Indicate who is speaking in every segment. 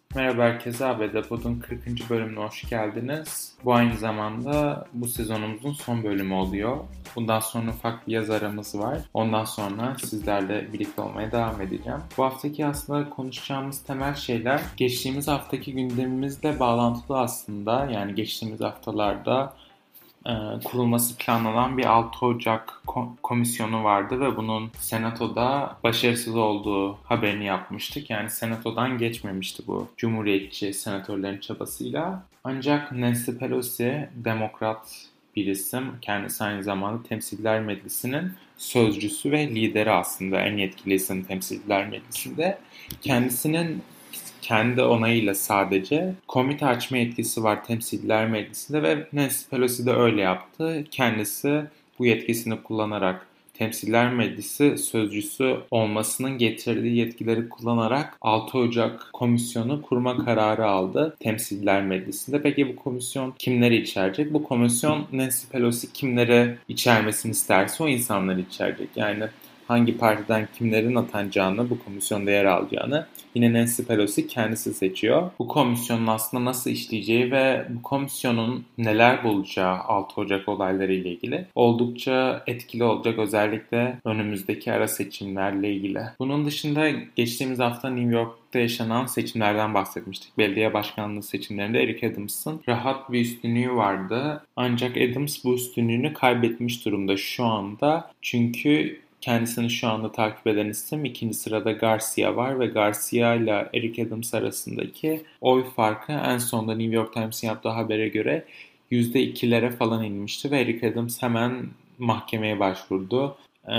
Speaker 1: Merhaba herkese, Abedapod'un 40. bölümüne hoş geldiniz. Bu aynı zamanda bu sezonumuzun son bölümü oluyor. Bundan sonra ufak bir yaz aramız var. Ondan sonra sizlerle birlikte olmaya devam edeceğim. Bu haftaki aslında konuşacağımız temel şeyler geçtiğimiz haftaki gündemimizle bağlantılı aslında. Yani geçtiğimiz haftalarda kurulması planlanan bir 6 Ocak komisyonu vardı ve bunun Senato'da başarısız olduğu haberini yapmıştık. Yani Senato'dan geçmemişti bu Cumhuriyetçi senatörlerin çabasıyla. Ancak Nancy Pelosi, Demokrat bir isim, kendisi aynı zamanda Temsiller Meclisi'nin sözcüsü ve lideri aslında en yetkili isim Temsiller Meclisi'nde. Kendisinin kendi onayıyla sadece komite açma yetkisi var Temsiller Meclisi'nde ve Nancy Pelosi de öyle yaptı. Kendisi bu yetkisini kullanarak Temsiller Meclisi sözcüsü olmasının getirdiği yetkileri kullanarak 6 Ocak komisyonu kurma kararı aldı Temsiller Meclisi'nde. Peki bu komisyon kimleri içerecek? Bu komisyon Nancy Pelosi kimleri içermesini isterse o insanları içerecek. Yani hangi partiden kimlerin atanacağını, bu komisyonda yer alacağını yine Nancy Pelosi kendisi seçiyor. Bu komisyonun aslında nasıl işleyeceği ve bu komisyonun neler bulacağı 6 Ocak olayları ile ilgili oldukça etkili olacak, özellikle önümüzdeki ara seçimlerle ilgili. Bunun dışında geçtiğimiz hafta New York'ta yaşanan seçimlerden bahsetmiştik. Belediye başkanlığı seçimlerinde Eric Adams'ın rahat bir üstünlüğü vardı. Ancak Adams bu üstünlüğünü kaybetmiş durumda şu anda. Çünkü kendisini şu anda takip eden isim ikinci sırada Garcia var ve Garcia ile Eric Adams arasındaki oy farkı en sonunda New York Times'in yaptığı habere göre %2'lere falan inmişti ve Eric Adams hemen mahkemeye başvurdu.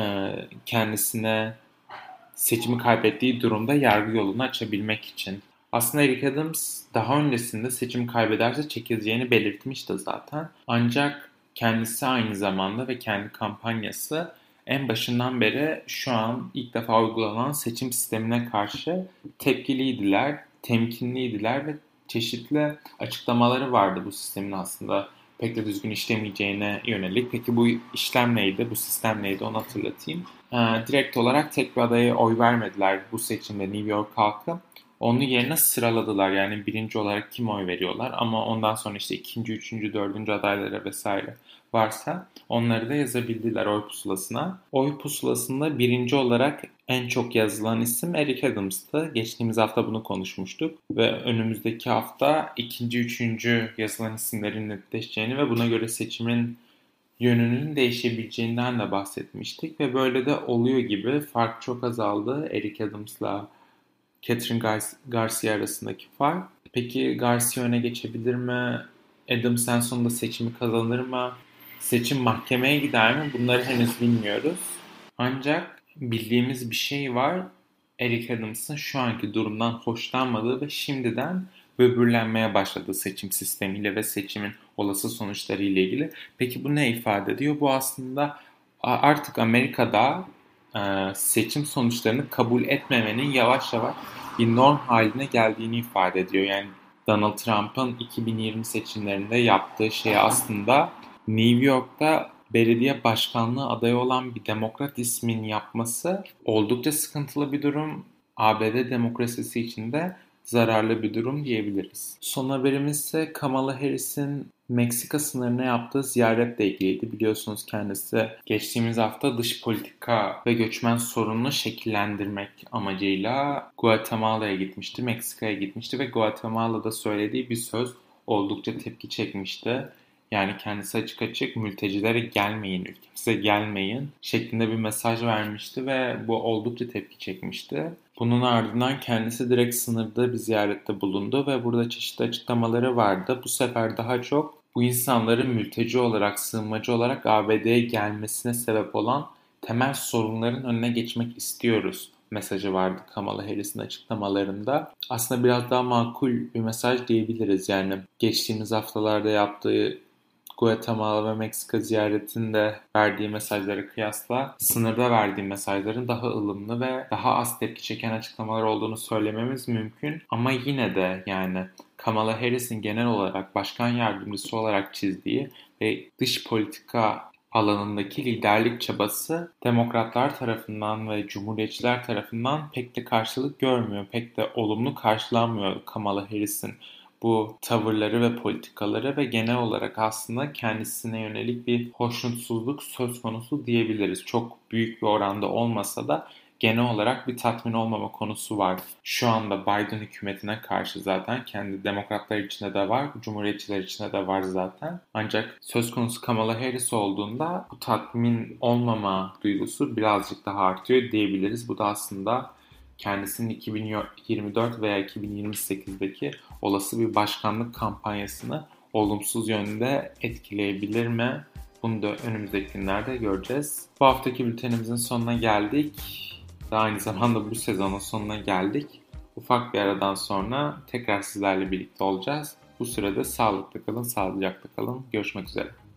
Speaker 1: Kendisine seçimi kaybettiği durumda yargı yolunu açabilmek için. Aslında Eric Adams daha öncesinde seçim kaybederse çekileceğini belirtmişti zaten. Ancak kendisi aynı zamanda ve kendi kampanyası en başından beri şu an ilk defa uygulanan seçim sistemine karşı tepkiliydiler, temkinliydiler ve çeşitli açıklamaları vardı bu sistemin aslında pek de düzgün işlemeyeceğine yönelik. Peki bu işlem neydi, bu sistem neydi onu hatırlatayım. Direkt olarak tek bir adaya oy vermediler bu seçimde New York halkı. Onun yerine sıraladılar. Yani birinci olarak kim oy veriyorlar ama ondan sonra işte ikinci, üçüncü, dördüncü adaylara vesaire varsa onları da yazabildiler oy pusulasına. Oy pusulasında birinci olarak en çok yazılan isim Eric Adams'tı. Geçtiğimiz hafta bunu konuşmuştuk ve önümüzdeki hafta ikinci, üçüncü yazılan isimlerin netleşeceğini ve buna göre seçimin yönünün değişebileceğinden de bahsetmiştik ve böyle de oluyor gibi. Fark çok azaldı Eric Adams'la Catherine Garcia arasındaki fark. Peki Garcia öne geçebilir mi? Adams en sonunda seçimi kazanır mı? Seçim mahkemeye gider mi? Bunları henüz bilmiyoruz. Ancak bildiğimiz bir şey var. Eric Adams'ın şu anki durumdan hoşlanmadığı ve şimdiden böbürlenmeye başladığı seçim sistemiyle ve seçimin olası sonuçları ile ilgili. Peki bu ne ifade ediyor? Bu aslında artık Amerika'da seçim sonuçlarını kabul etmemenin yavaş yavaş bir norm haline geldiğini ifade ediyor. Yani Donald Trump'ın 2020 seçimlerinde yaptığı şey aslında New York'ta belediye başkanlığı adayı olan bir demokrat ismin yapması oldukça sıkıntılı bir durum. ABD demokrasisi için de zararlı bir durum diyebiliriz. Son haberimiz ise Kamala Harris'in Meksika sınırına yaptığı ziyaretle ilgiliydi. Biliyorsunuz kendisi geçtiğimiz hafta dış politika ve göçmen sorununu şekillendirmek amacıyla Guatemala'ya gitmişti, Meksika'ya gitmişti ve Guatemala'da söylediği bir söz oldukça tepki çekmişti. Yani kendisi açık açık mültecilere gelmeyin, ülkemize gelmeyin şeklinde bir mesaj vermişti ve bu oldukça tepki çekmişti. Bunun ardından kendisi direkt sınırda bir ziyarette bulundu ve burada çeşitli açıklamaları vardı. Bu sefer daha çok bu insanların mülteci olarak, sığınmacı olarak ABD'ye gelmesine sebep olan temel sorunların önüne geçmek istiyoruz mesajı vardı Kamala Harris'in açıklamalarında. Aslında biraz daha makul bir mesaj diyebiliriz. Yani geçtiğimiz haftalarda yaptığı Guatemala ve Meksika ziyaretinde verdiği mesajlara kıyasla sınırda verdiği mesajların daha ılımlı ve daha az tepki çeken açıklamalar olduğunu söylememiz mümkün. Ama yine de yani Kamala Harris'in genel olarak başkan yardımcısı olarak çizdiği ve dış politika alanındaki liderlik çabası demokratlar tarafından ve cumhuriyetçiler tarafından pek de karşılık görmüyor. Pek de olumlu karşılanmıyor Kamala Harris'in bu tavırları ve politikaları ve genel olarak aslında kendisine yönelik bir hoşnutsuzluk söz konusu diyebiliriz. Çok büyük bir oranda olmasa da genel olarak bir tatmin olmama konusu var. Şu anda Biden hükümetine karşı zaten kendi demokratlar içinde de var, cumhuriyetçiler içinde de var zaten. Ancak söz konusu Kamala Harris olduğunda bu tatmin olmama duygusu birazcık daha artıyor diyebiliriz. Bu da aslında kendisinin 2024 veya 2028'deki olası bir başkanlık kampanyasını olumsuz yönde etkileyebilir mi? Bunu da önümüzdeki günlerde göreceğiz. Bu haftaki bültenimizin sonuna geldik. Ve aynı zamanda bu sezonun sonuna geldik. Ufak bir aradan sonra tekrar sizlerle birlikte olacağız. Bu sırada sağlıklı kalın, sağlıcakla kalın. Görüşmek üzere.